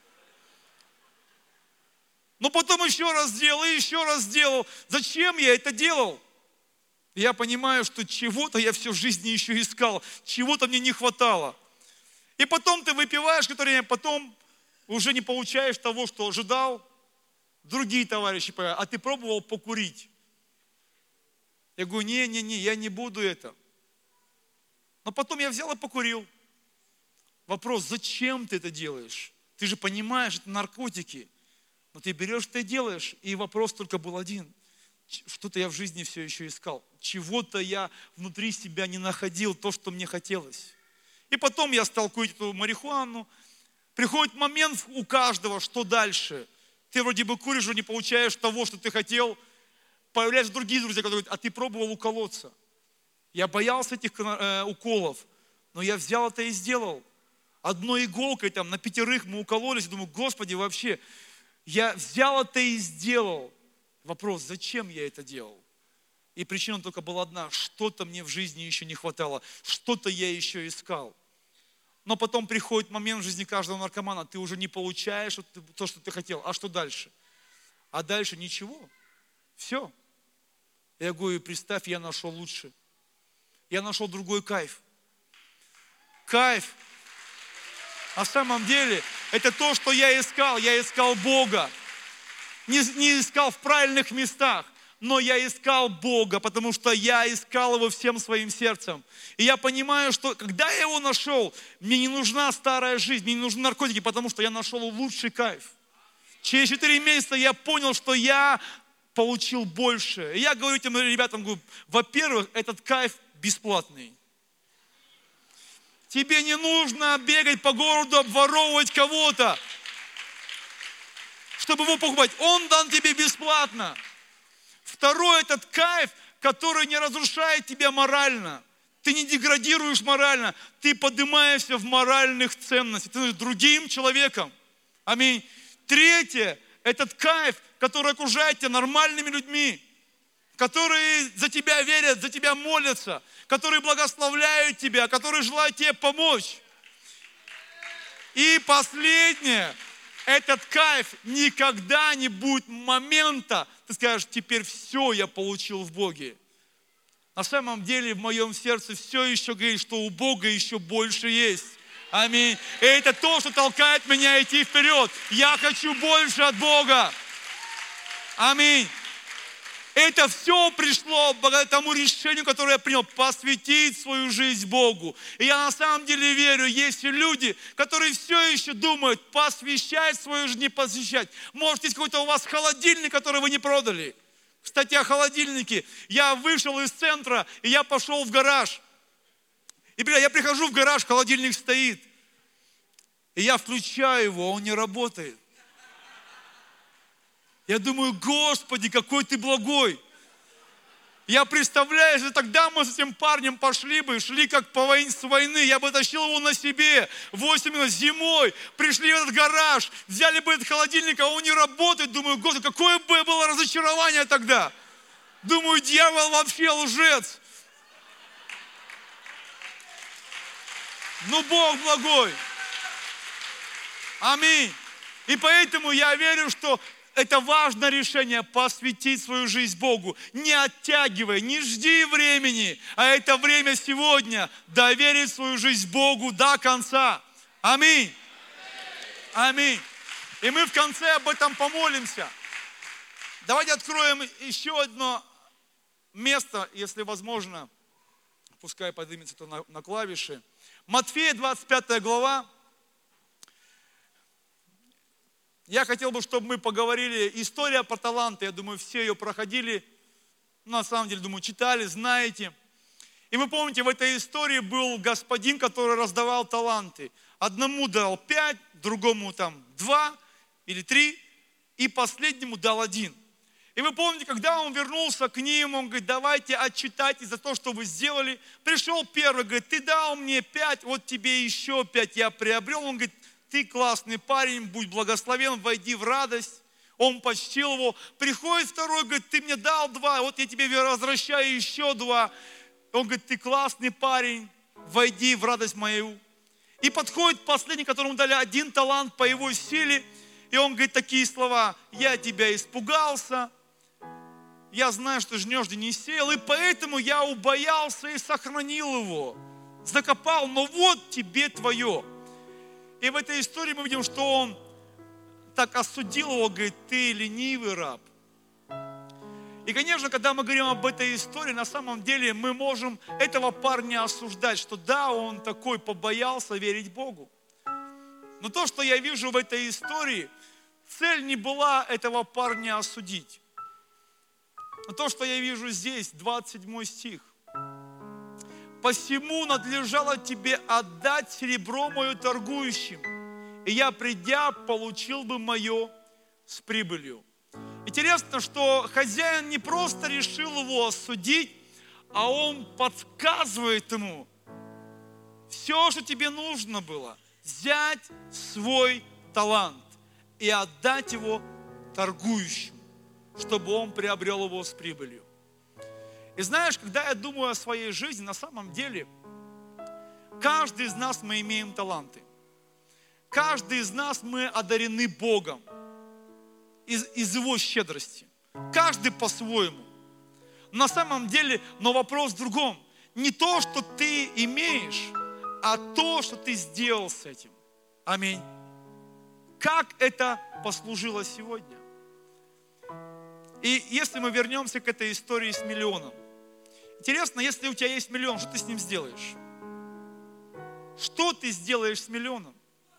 Но потом еще раз сделал и еще раз сделал. Зачем я это делал? Я понимаю, что чего-то я всю жизнь еще искал, чего-то мне не хватало. И потом ты выпиваешь, потом уже не получаешь того, что ожидал. Другие товарищи говорят, а ты пробовал покурить? Я говорю, не, я не буду это. Но потом я взял и покурил. Вопрос, зачем ты это делаешь? Ты же понимаешь, это наркотики. Но ты берешь, ты делаешь. И вопрос только был один. Что-то я в жизни все еще искал. Чего-то я внутри себя не находил, то, что мне хотелось. И потом я стал курить эту марихуану. Приходит момент у каждого, что дальше. Ты вроде бы куришь, но не получаешь того, что ты хотел. Появляются другие друзья, которые говорят, а ты пробовал уколоться? Я боялся этих уколов, но я взял это и сделал. Одной иголкой там на 5 мы укололись. Думаю, Господи, вообще, я взял это и сделал. Вопрос, зачем я это делал? И причина только была одна, что-то мне в жизни еще не хватало, что-то я еще искал. Но потом приходит момент в жизни каждого наркомана, ты уже не получаешь то, что ты хотел, а что дальше? А дальше ничего, все. Я говорю, представь, я нашел лучше. Я нашел другой кайф. Кайф. На самом деле, это то, что я искал Бога. Не искал в правильных местах, но я искал Бога, потому что я искал Его всем своим сердцем. И я понимаю, что когда я Его нашел, мне не нужна старая жизнь, мне не нужны наркотики, потому что я нашел лучший кайф. Через 4 месяца я понял, что я получил больше. И я говорю этим ребятам, во-первых, этот кайф бесплатный. Тебе не нужно бегать по городу, обворовывать кого-то, чтобы его покупать. Он дан тебе бесплатно. Второй, этот кайф, который не разрушает тебя морально. Ты не деградируешь морально, ты поднимаешься в моральных ценностях. Ты становишься другим человеком. Аминь. Третье, этот кайф, который окружает тебя нормальными людьми, которые за тебя верят, за тебя молятся, которые благословляют тебя, которые желают тебе помочь. И последнее, этот кайф, никогда не будет момента, ты скажешь, теперь все я получил в Боге. На самом деле в моем сердце все еще говорит, что у Бога еще больше есть. Аминь. И это то, что толкает меня идти вперед. Я хочу больше от Бога. Аминь. Это все пришло благодаря тому решению, которое я принял, посвятить свою жизнь Богу. И я на самом деле верю, есть люди, которые все еще думают, посвящать свою жизнь, не посвящать. Может, есть какой-то у вас холодильник, который вы не продали. Кстати, о холодильнике. Я вышел из центра, и я пошел в гараж. И я прихожу в гараж, холодильник стоит. И я включаю его, он не работает. Я думаю, Господи, какой ты благой. Я представляю, если тогда мы с этим парнем шли как с войны, я бы тащил его на себе 8 минут зимой, пришли в этот гараж, взяли бы этот холодильник, а он не работает. Думаю, Господи, какое бы было разочарование тогда. Думаю, дьявол вообще лжец. Но Бог благой. Аминь. И поэтому я верю, что это важное решение посвятить свою жизнь Богу. Не оттягивай, не жди времени, а это время сегодня доверить свою жизнь Богу до конца. Аминь. Аминь. И мы в конце об этом помолимся. Давайте откроем еще одно место, если возможно. Пускай поднимется это на клавиши. Матфея, 25 глава. Я хотел бы, чтобы мы поговорили. История про таланты, я думаю, все ее проходили. На самом деле, думаю, читали, знаете. И вы помните, в этой истории был господин, который раздавал таланты. Одному дал 5, другому 2 или 3, и последнему дал 1. И вы помните, когда он вернулся к ним, он говорит, давайте отчитайтесь за то, что вы сделали. Пришел первый, говорит, ты дал мне 5, вот тебе еще 5 я приобрел. Он говорит, ты классный парень, будь благословен, войди в радость. Он почтил его. Приходит второй, говорит, ты мне дал 2, вот я тебе возвращаю еще 2. Он говорит, ты классный парень, войди в радость мою. И подходит последний, которому дали 1 талант по его силе. И он говорит такие слова: я тебя испугался, я знаю, что жнешь, да не сеял, и поэтому я убоялся и сохранил его, закопал, но вот тебе твое. И в этой истории мы видим, что он так осудил его, говорит, ты ленивый раб. И, конечно, когда мы говорим об этой истории, на самом деле мы можем этого парня осуждать, что да, он такой побоялся верить Богу. Но то, что я вижу в этой истории, цель не была этого парня осудить. Но то, что я вижу здесь, 27 стих. «Посему надлежало тебе отдать серебро мое торгующим, и я, придя, получил бы мое с прибылью». Интересно, что хозяин не просто решил его осудить, а он подсказывает ему: все, что тебе нужно было, взять свой талант и отдать его торгующему, чтобы он приобрел его с прибылью. И знаешь, когда я думаю о своей жизни, на самом деле, каждый из нас мы имеем таланты. Каждый из нас мы одарены Богом из Его щедрости. Каждый по-своему. На самом деле, но вопрос в другом. Не то, что ты имеешь, а то, что ты сделал с этим. Аминь. Как это послужило сегодня? И если мы вернемся к этой истории с миллионом. Интересно, если у тебя есть миллион, что ты с ним сделаешь? Что ты сделаешь с миллионом?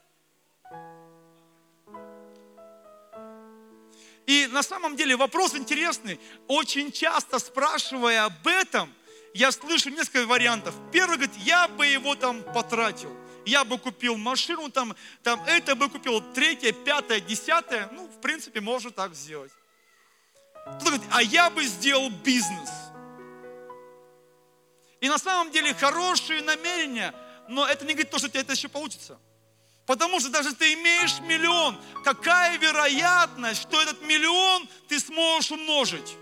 И на самом деле вопрос интересный. Очень часто, спрашивая об этом, я слышу несколько вариантов. Первый говорит, я бы его там потратил. Я бы купил машину, там это бы купил, 3, 5, 10. Ну, в принципе, можно так сделать. Кто-то говорит, а я бы сделал бизнес. И на самом деле хорошие намерения, но это не говорит то, что у тебя это еще получится. Потому что даже ты имеешь миллион, какая вероятность, что этот миллион ты сможешь умножить?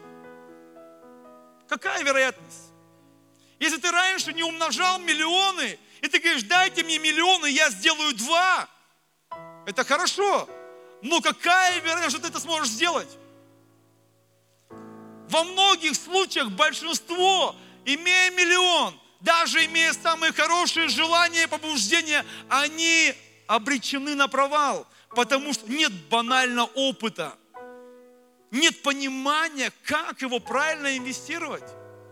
Какая вероятность? Если ты раньше не умножал миллионы, и ты говоришь, дайте мне миллионы, я сделаю 2. Это хорошо. Но какая вероятность, что ты это сможешь сделать? Во многих случаях большинство, имея миллион, даже имея самые хорошие желания и побуждения, они обречены на провал, потому что нет банально опыта, нет понимания, как его правильно инвестировать.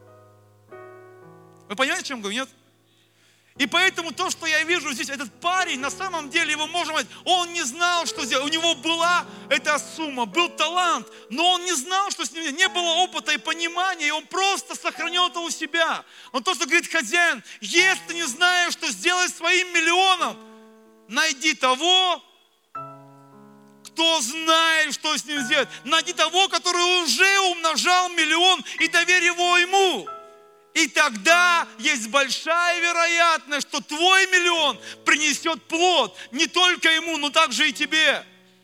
Вы понимаете, о чем говорю? Нет? И поэтому то, что я вижу здесь, этот парень, на самом деле, его можно сказать, он не знал, что сделать. У него была эта сумма, был талант, но он не знал, что с ним не было опыта и понимания, и он просто сохранил это у себя. Но то, что говорит хозяин, если ты не знаешь, что сделать своим миллионом, найди того, кто знает, что с ним сделать. Найди того, который уже умножал миллион, и доверь его ему. И тогда есть большая вероятность, что твой миллион принесет плод не только ему, но также и тебе.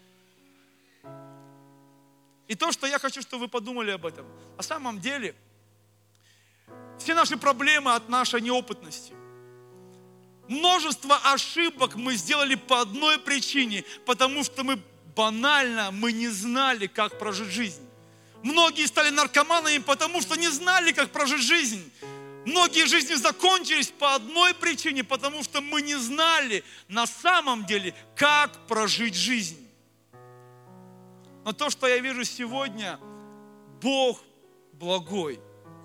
И то, что я хочу, чтобы вы подумали об этом. На самом деле, все наши проблемы от нашей неопытности. Множество ошибок мы сделали по одной причине, потому что мы не знали, как прожить жизнь. Многие стали наркоманами, потому что не знали, как прожить жизнь. Многие жизни закончились по одной причине, потому что мы не знали на самом деле, как прожить жизнь. Но то, что я вижу сегодня, Бог благой.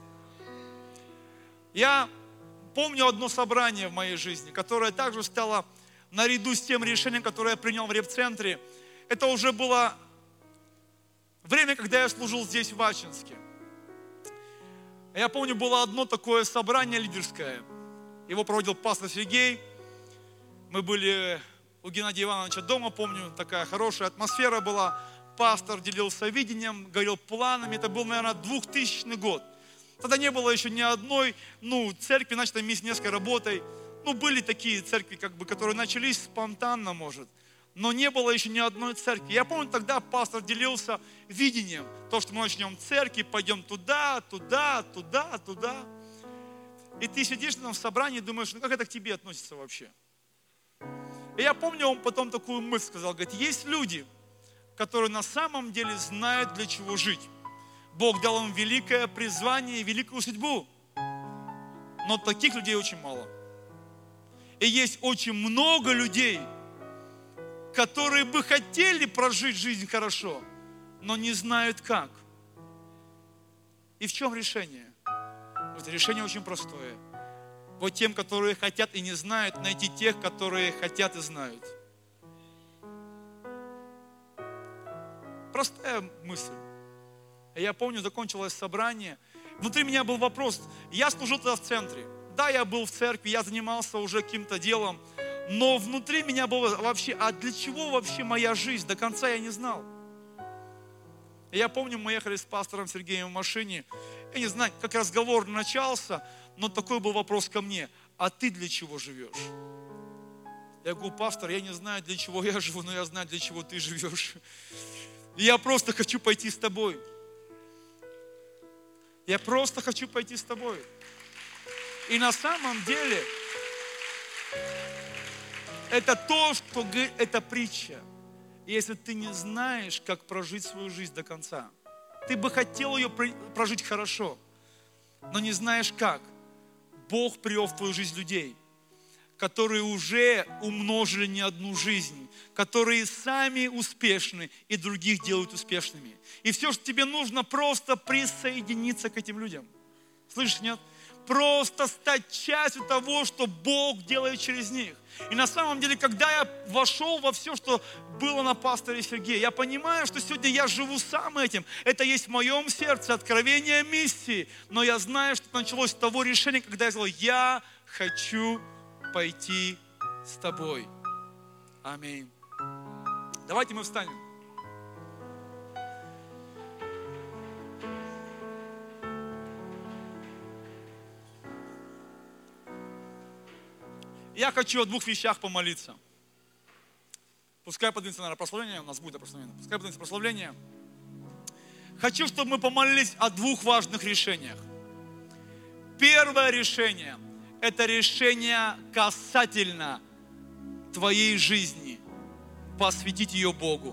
Я помню одно собрание в моей жизни, которое также стало наряду с тем решением, которое я принял в реп-центре. Это уже было время, когда я служил здесь, в Ачинске. Я помню, было одно такое собрание лидерское. Его проводил пастор Сергей. Мы были у Геннадия Ивановича дома, помню, такая хорошая атмосфера была. Пастор делился видением, говорил планами. Это был, наверное, 2000 год. Тогда не было еще ни одной церкви, начатой миссионерской работой. Были такие церкви, которые начались спонтанно, может. но не было еще ни одной церкви. Я помню, тогда пастор делился видением, то, что мы начнем церкви, пойдем туда, туда, туда, туда. И ты сидишь там в собрании и думаешь, ну как это к тебе относится вообще? И я помню, он потом такую мысль сказал, говорит, есть люди, которые на самом деле знают, для чего жить. Бог дал им великое призвание и великую судьбу. Но таких людей очень мало. И есть очень много людей, которые бы хотели прожить жизнь хорошо, но не знают как. И в чем решение? Вот решение очень простое. Вот тем, которые хотят и не знают, найти тех, которые хотят и знают. Простая мысль. Я помню, закончилось собрание. Внутри меня был вопрос. Я служил тогда в центре. Да, я был в церкви, я занимался уже каким-то делом. Но внутри меня было вообще, а для чего вообще моя жизнь? До конца я не знал. Я помню, мы ехали с пастором Сергеем в машине. Я не знаю, как разговор начался, но такой был вопрос ко мне. А ты для чего живешь? Я говорю, пастор, я не знаю, для чего я живу, но я знаю, для чего ты живешь. И я просто хочу пойти с тобой. Я просто хочу пойти с тобой. И на самом деле, это то, что это притча. Если ты не знаешь, как прожить свою жизнь до конца, ты бы хотел ее прожить хорошо, но не знаешь как. Бог привел в твою жизнь людей, которые уже умножили не одну жизнь, которые сами успешны и других делают успешными. И все, что тебе нужно, просто присоединиться к этим людям. Слышишь, нет? Просто стать частью того, что Бог делает через них. И на самом деле, когда я вошел во все, что было на пасторе Сергее, я понимаю, что сегодня я живу сам этим. Это есть в моем сердце, откровение миссии. Но я знаю, что это началось с того решения, когда я сказал, я хочу пойти с тобой. Аминь. Давайте мы встанем. Я хочу о двух вещах помолиться. Пускай поднимется, наверное, прославление. У нас будет прославление. Пускай поднимется прославление. Хочу, чтобы мы помолились о двух важных решениях. Первое решение – это решение касательно твоей жизни. Посвятить ее Богу.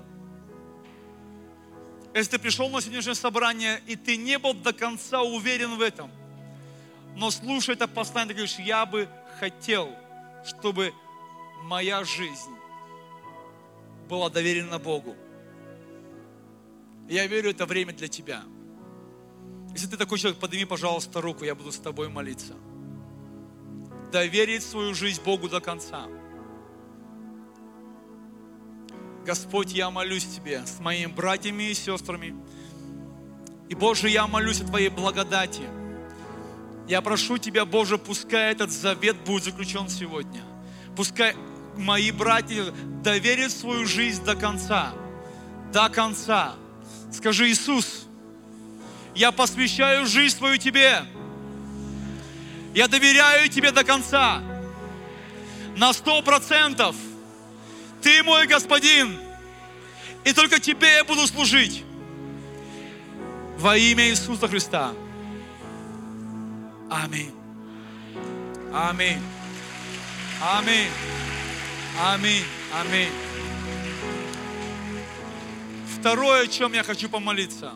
Если ты пришел на сегодняшнее собрание, и ты не был до конца уверен в этом, но слушай это послание, ты говоришь, я бы хотел, чтобы моя жизнь была доверена Богу. Я верю, это время для тебя. Если ты такой человек, подними, пожалуйста, руку, я буду с тобой молиться. Доверить свою жизнь Богу до конца. Господь, я молюсь Тебе с моими братьями и сестрами. И, Боже, я молюсь о Твоей благодати. Я прошу Тебя, Боже, пускай этот завет будет заключен сегодня. Пускай мои братья доверят свою жизнь до конца. До конца. Скажи, Иисус, я посвящаю жизнь свою Тебе. Я доверяю Тебе до конца. На 100%. Ты мой Господин. И только Тебе я буду служить. Во имя Иисуса Христа. Аминь. Аминь. Аминь. Аминь. Аминь. Второе, о чем я хочу помолиться.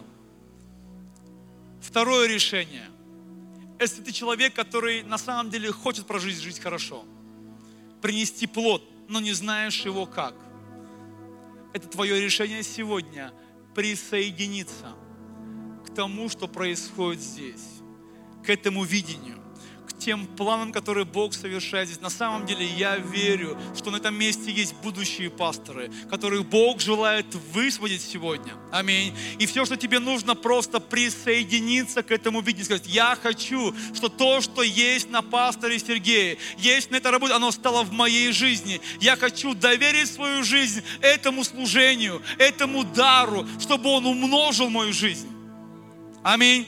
Второе решение. Если ты человек, который на самом деле хочет прожить жизнь хорошо, принести плод, но не знаешь его как, это твое решение сегодня присоединиться к тому, что происходит здесь, к этому видению, к тем планам, которые Бог совершает здесь. На самом деле я верю, что на этом месте есть будущие пасторы, которых Бог желает высвободить сегодня. Аминь. И все, что тебе нужно, просто присоединиться к этому видению. Сказать, я хочу, что то, что есть на пасторе Сергее, есть на этой работе, оно стало в моей жизни. Я хочу доверить свою жизнь этому служению, этому дару, чтобы он умножил мою жизнь. Аминь.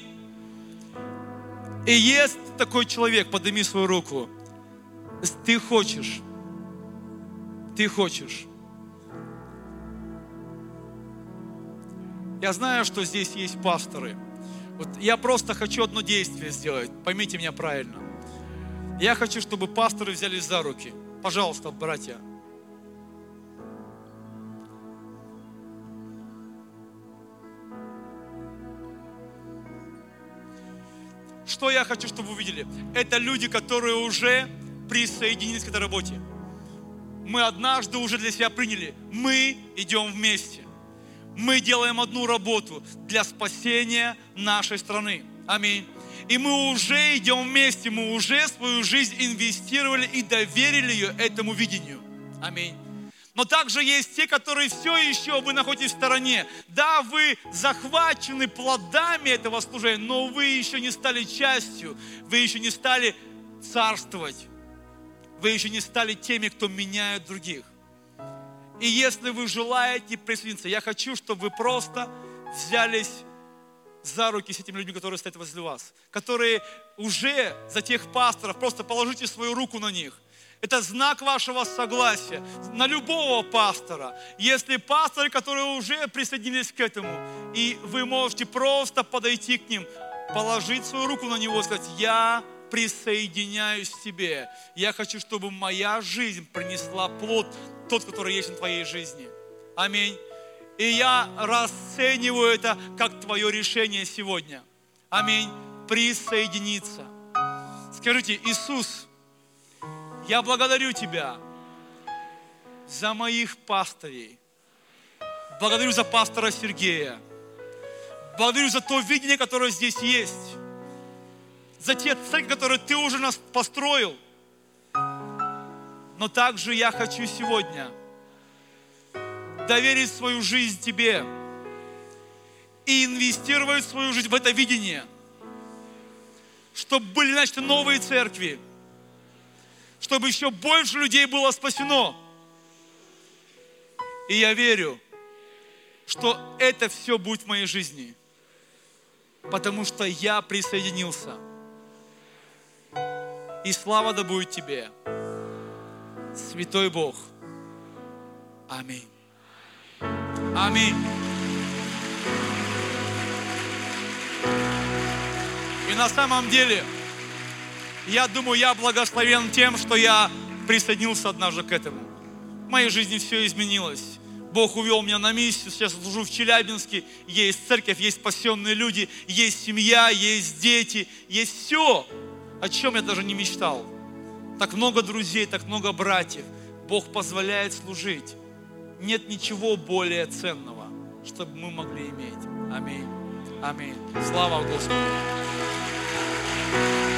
И есть такой человек, подними свою руку. Ты хочешь Я знаю, что здесь есть пасторы. Вот я просто хочу одно действие сделать. Поймите меня правильно. Я хочу, чтобы пасторы взялись за руки. Пожалуйста, братья. Что я хочу, чтобы вы увидели? Это люди, которые уже присоединились к этой работе. Мы однажды уже для себя приняли. Мы идем вместе. Мы делаем одну работу для спасения нашей страны. Аминь. И мы уже идем вместе. Мы уже свою жизнь инвестировали и доверили ее этому видению. Аминь. Но также есть те, которые все еще, вы находитесь в стороне. Да, вы захвачены плодами этого служения, но вы еще не стали частью, вы еще не стали царствовать, вы еще не стали теми, кто меняет других. И если вы желаете присоединиться, я хочу, чтобы вы просто взялись за руки с этими людьми, которые стоят возле вас, которые уже за тех пасторов, просто положите свою руку на них. Это знак вашего согласия на любого пастора. Если пасторы, которые уже присоединились к этому, и вы можете просто подойти к ним, положить свою руку на него и сказать: я присоединяюсь к тебе. Я хочу, чтобы моя жизнь принесла плод, тот, который есть на твоей жизни. Аминь. И я расцениваю это как твое решение сегодня. Аминь. Присоединиться. Скажите: Иисус, я благодарю Тебя за моих пастырей. Благодарю за пастора Сергея. Благодарю за то видение, которое здесь есть. За те церкви, которые Ты уже нас построил. Но также я хочу сегодня доверить свою жизнь Тебе и инвестировать свою жизнь в это видение, чтобы были начаты новые церкви, чтобы еще больше людей было спасено. И я верю, что это все будет в моей жизни, потому что я присоединился. И слава да будет Тебе, Святой Бог. Аминь. Аминь. И на самом деле, я думаю, я благословен тем, что я присоединился однажды к этому. В моей жизни все изменилось. Бог увел меня на миссию, сейчас служу в Челябинске, есть церковь, есть спасенные люди, есть семья, есть дети, есть все, о чем я даже не мечтал. Так много друзей, так много братьев. Бог позволяет служить. Нет ничего более ценного, чтобы мы могли иметь. Аминь. Аминь. Слава Господу.